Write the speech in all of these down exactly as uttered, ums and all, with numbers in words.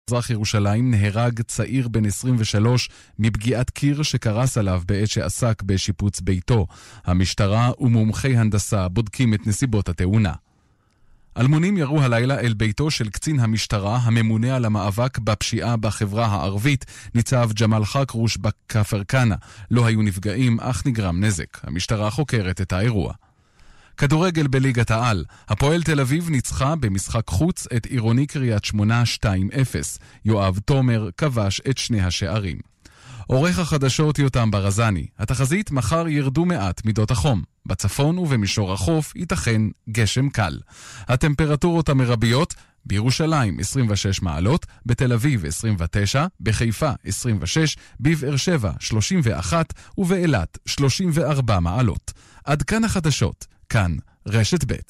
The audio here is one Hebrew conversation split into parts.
במזרח ירושלים נהרג צעיר בן עשרים ושלוש מפגיעת קיר שקרס עליו בעת שעסק בשיפוץ ביתו. המשטרה ומומחי הנדסה בודקים את נסיבות התאונה. אלמונים ירו הלילה אל ביתו של קצין המשטרה הממונה על המאבק בפשיעה בחברה הערבית, ניצב ג'מאל חכרוש בכפר כנא. לא היו נפגעים אך נגרם נזק. המשטרה חוקרת את האירוע. כדורגל בליגת העל. הפועל תל אביב ניצחה במשחק חוץ את עירוני קריית שמונה שתיים אפס. יואב תומר כבש את שני השערים. עורך החדשות יותם ברזני. התחזית: מחר ירדו מעט מידות החום. בצפון ובמישור החוף ייתכן גשם קל. הטמפרטורות המרביות: בירושלים עשרים ושש מעלות, בתל אביב עשרים ותשע, בחיפה עשרים ושש, בבאר שבע שלושים ואחת ובאילת שלושים וארבע מעלות. עד כאן החדשות. כאן רשת ב'.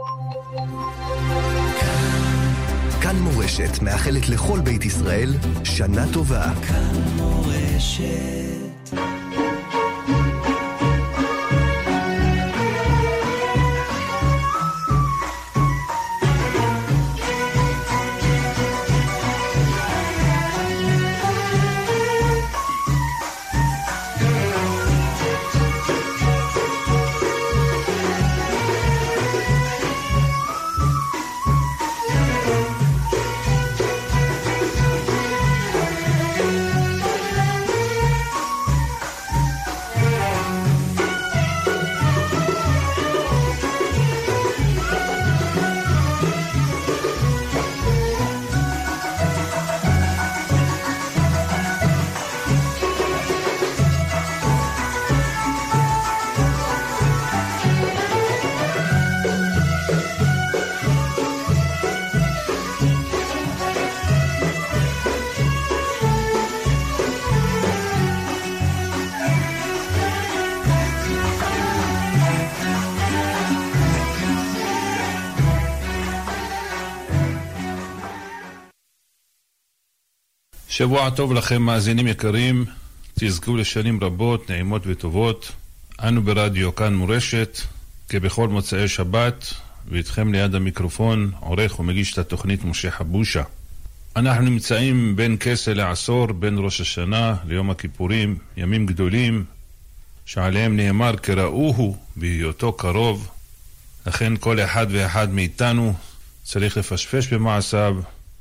כאן מורשת מאחלת לכל בית ישראל שנה טובה. כאן מורשת. שבוע טוב לכם מאזינים יקרים, תזכו לשנים רבות, נעימות וטובות. אנו ברדיו כאן מורשת, כבכל מוצאי שבת, ואיתכם ליד המיקרופון, עורך ומגיש את התוכנית משה חבושה. אנחנו נמצאים בין כסה לעשור, בין ראש השנה ליום הכיפורים, ימים גדולים, שעליהם נאמר כראוהו בהיותו קרוב. לכן כל אחד ואחד מאיתנו צריך לפשפש במעשיו,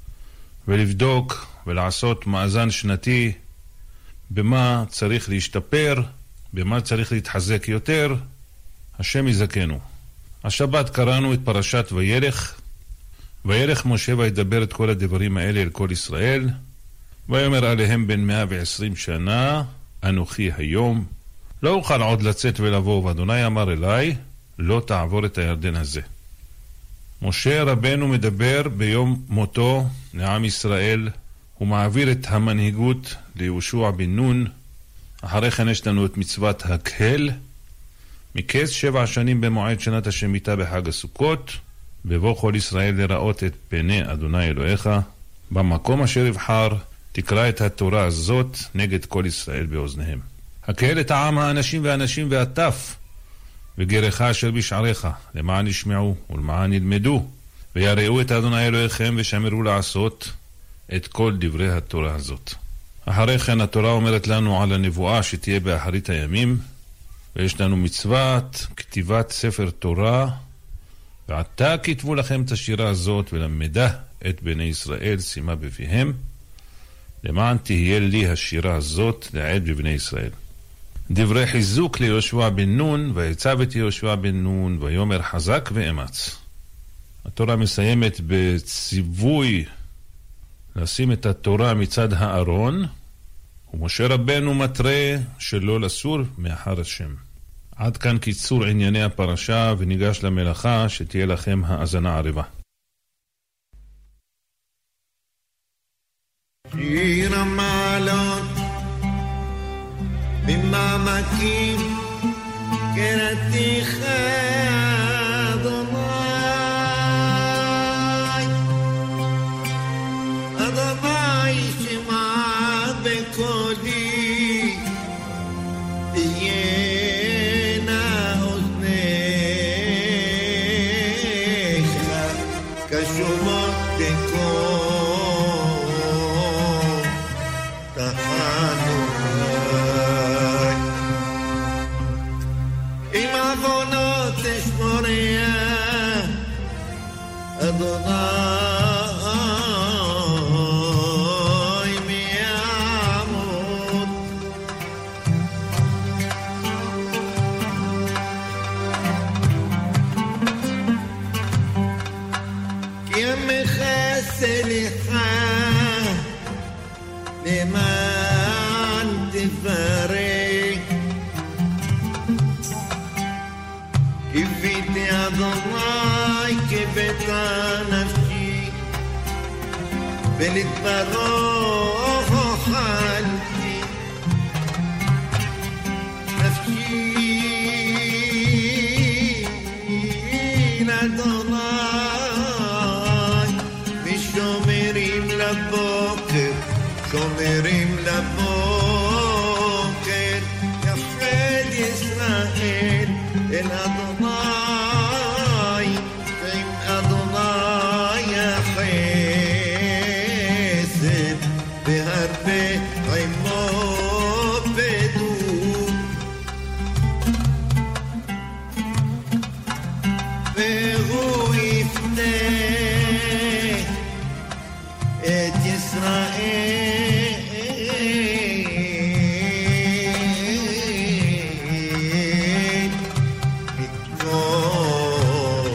ולבדוק ולעשות מאזן שנתי במה צריך להשתפר, במה צריך להתחזק יותר. השם יזכנו. השבת קראנו את פרשת וילך. וילך משה וידבר את כל הדברים האלה אל כל ישראל, ויאמר עליהם בן מאה ועשרים שנה, אנוכי היום לא אוכל עוד לצאת ולבוא, ואדוני אמר אליי, לא תעבור את הירדן הזה. משה רבנו מדבר ביום מותו לעם ישראל, הוא מעביר את המנהיגות ליהושע בן נון. אחרי כן יש לנו את מצוות הקהל, מקץ שבע שנים במועד שנת השמיטה בחג הסוכות, בבוא כל ישראל לראות את פני אדוני אלוהיך, במקום אשר יבחר תקרא את התורה הזאת נגד כל ישראל באוזניהם. הקהל את העם, האנשים והאנשים והטף, וגרך אשר בשעריך, למען ישמעו ולמען ילמדו, ויראו את אדוני אלוהיכם ושמרו לעשות את כל דברי התורה הזאת. אחרי כן התורה אומרת לנו על הנבואה שתהיה באחרית הימים, ויש לנו מצוות כתיבת ספר תורה, ועתה כתבו לכם את השירה הזאת ולמדה את בני ישראל שימה בפיהם, למען תהיה לי השירה הזאת לעד בבני ישראל. דברי חיזוק ליהושע בן נון, ויצב את יהושע בן נון ויאמר חזק ואמץ. התורה מסיימת בציווי לשים את התורה מצד הארון, ומשה רבנו מטרה שלא לסור מאחר השם. עד כאן קיצור ענייני הפרשה, וניגש למלאכה, שתהיה לכם האזנה ערבה. שיר המעלות במעמקים קראתיך אדוני, אדוני שמע בקולי, תהיינה אוזניך קשובות בקולי. ולתברך חלתי נפשי לאדוני ושומרים לבוקר שומרים לבוקר יפרד ישראל אל אדוני ועם אדוני יחסד והרבה עמו בדור והוא יפנה את ישראל מכל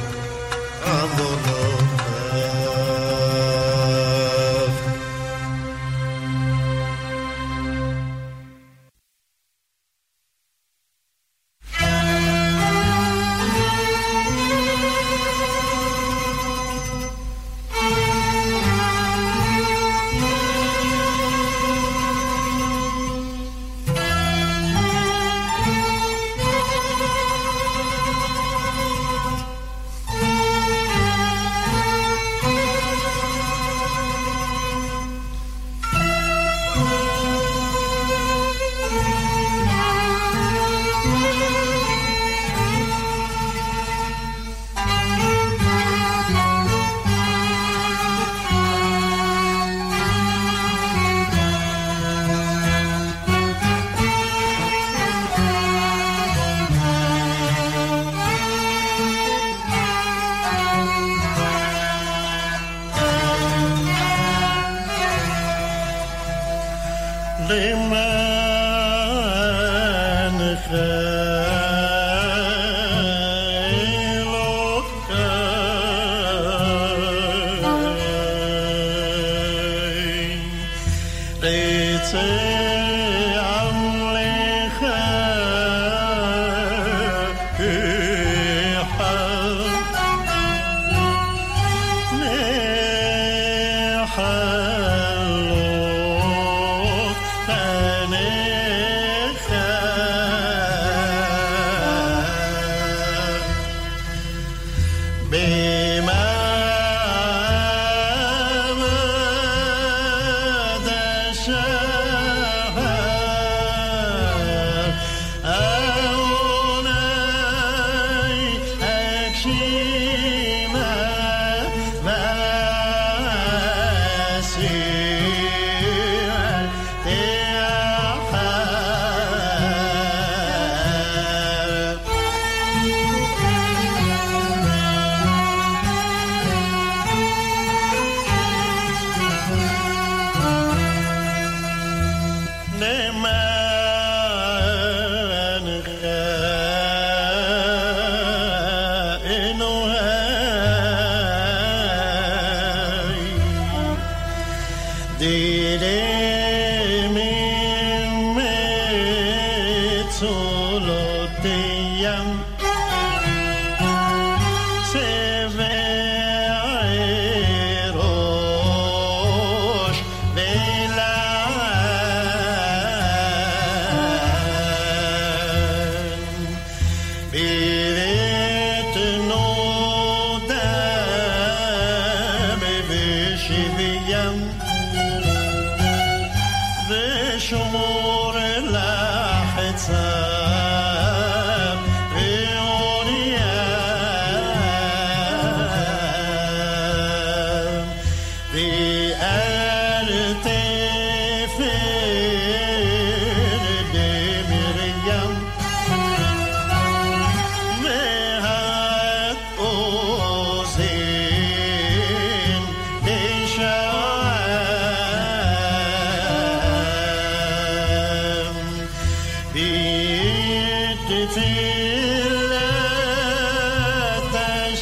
עוונותיו.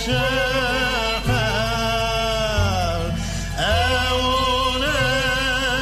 I wanna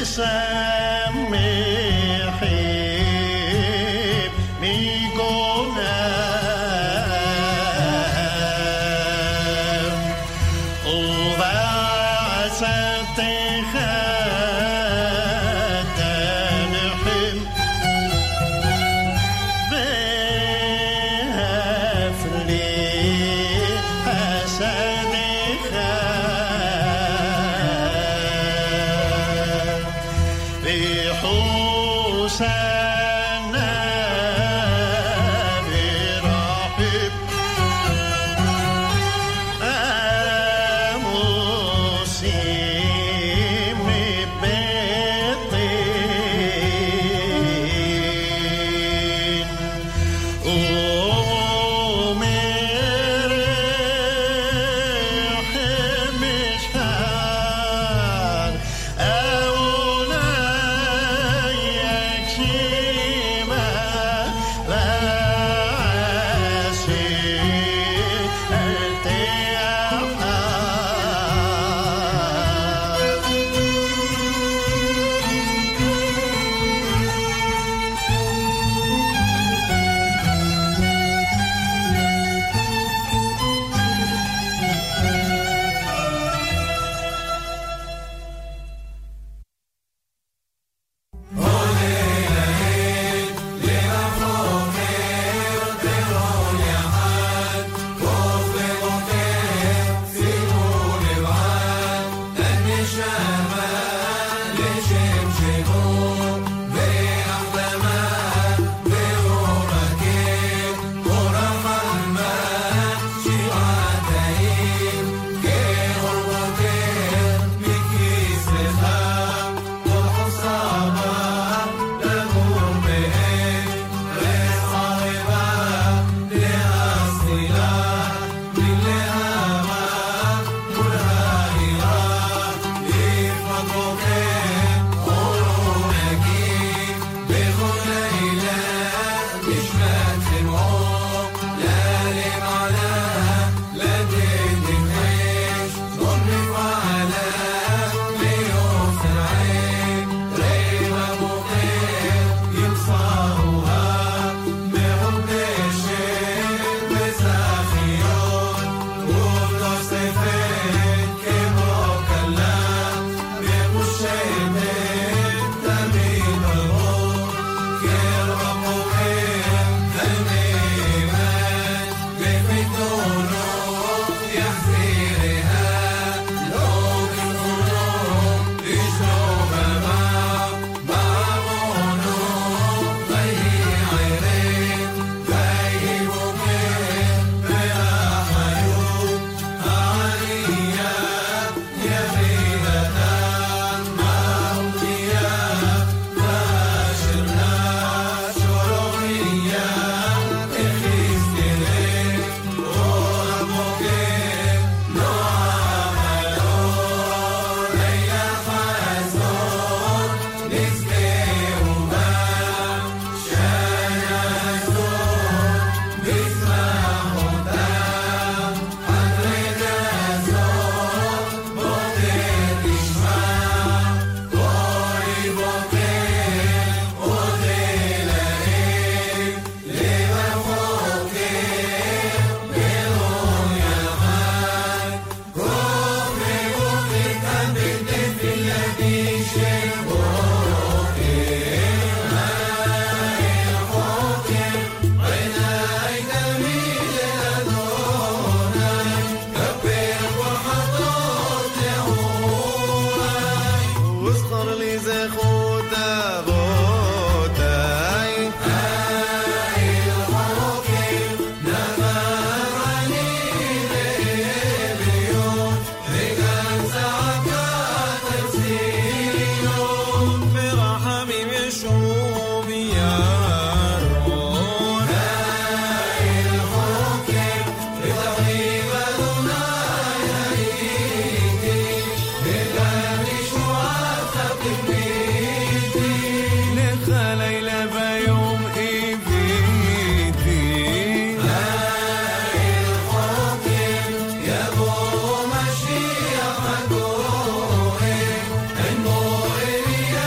Yeah.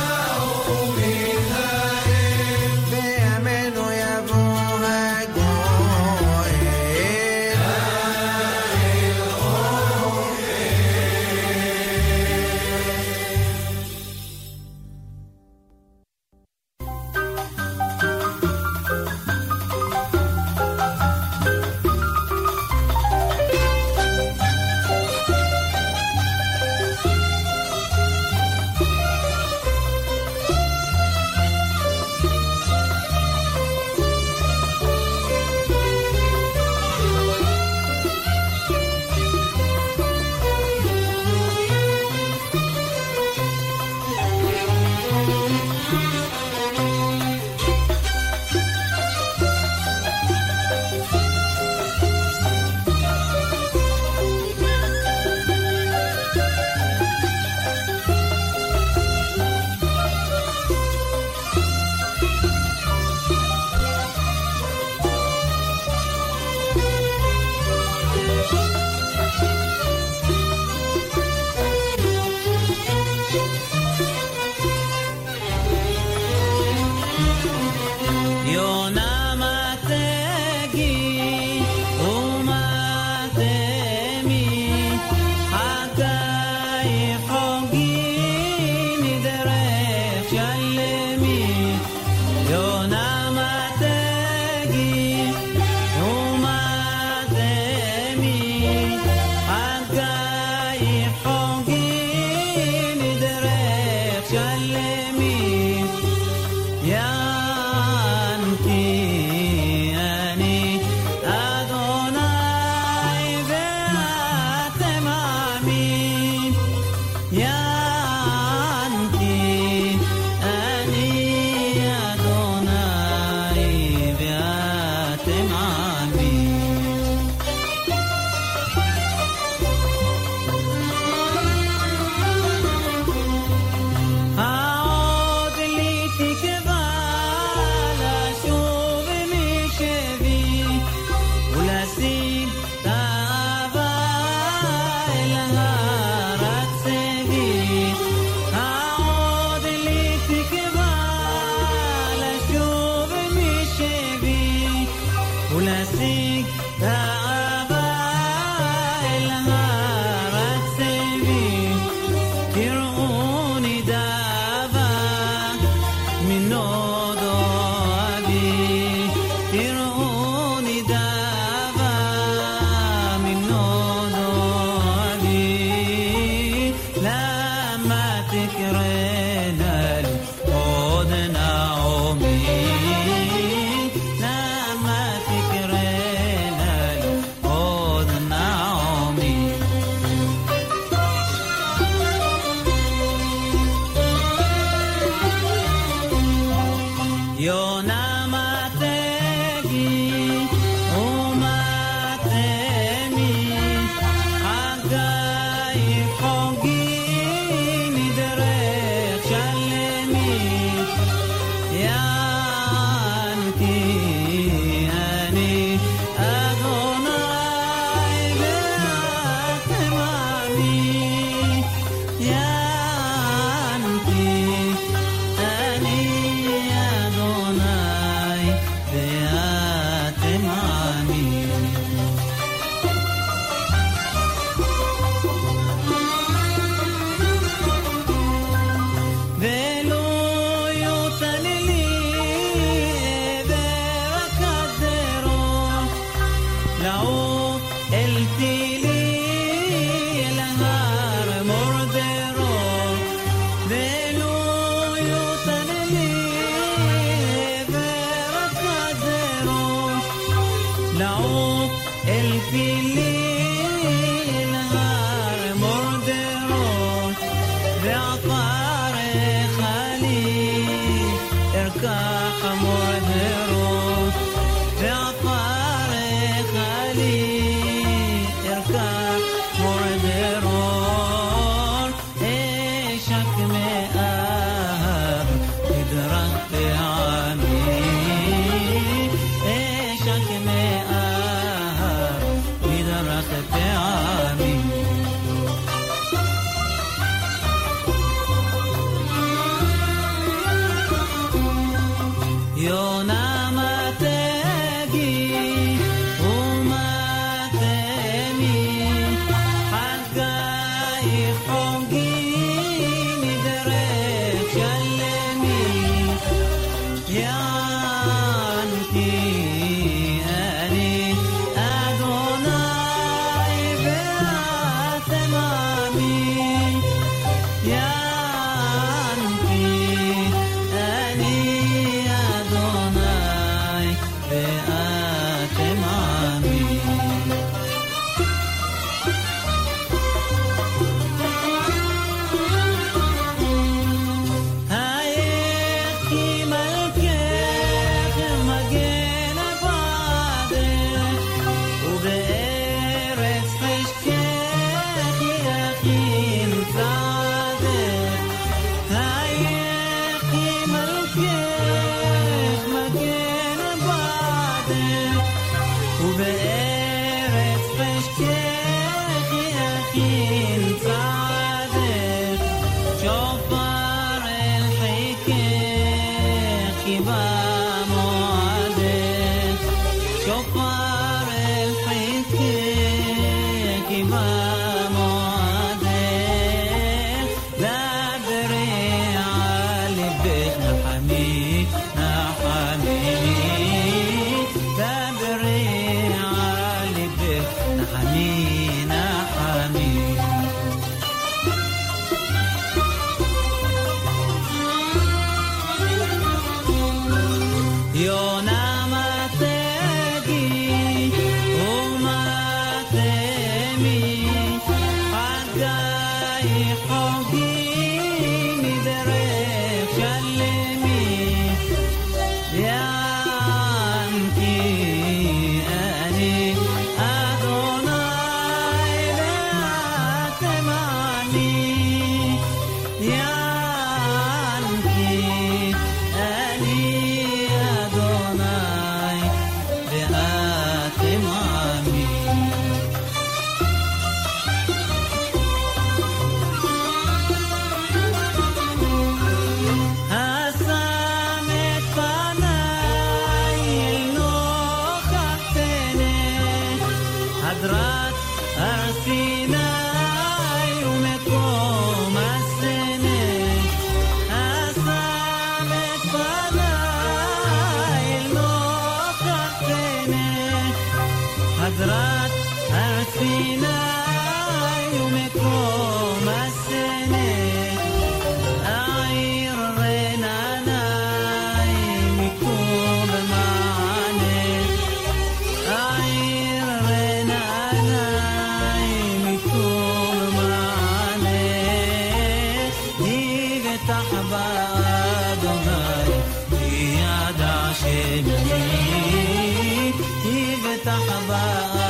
אדוני יד השם יבטח בה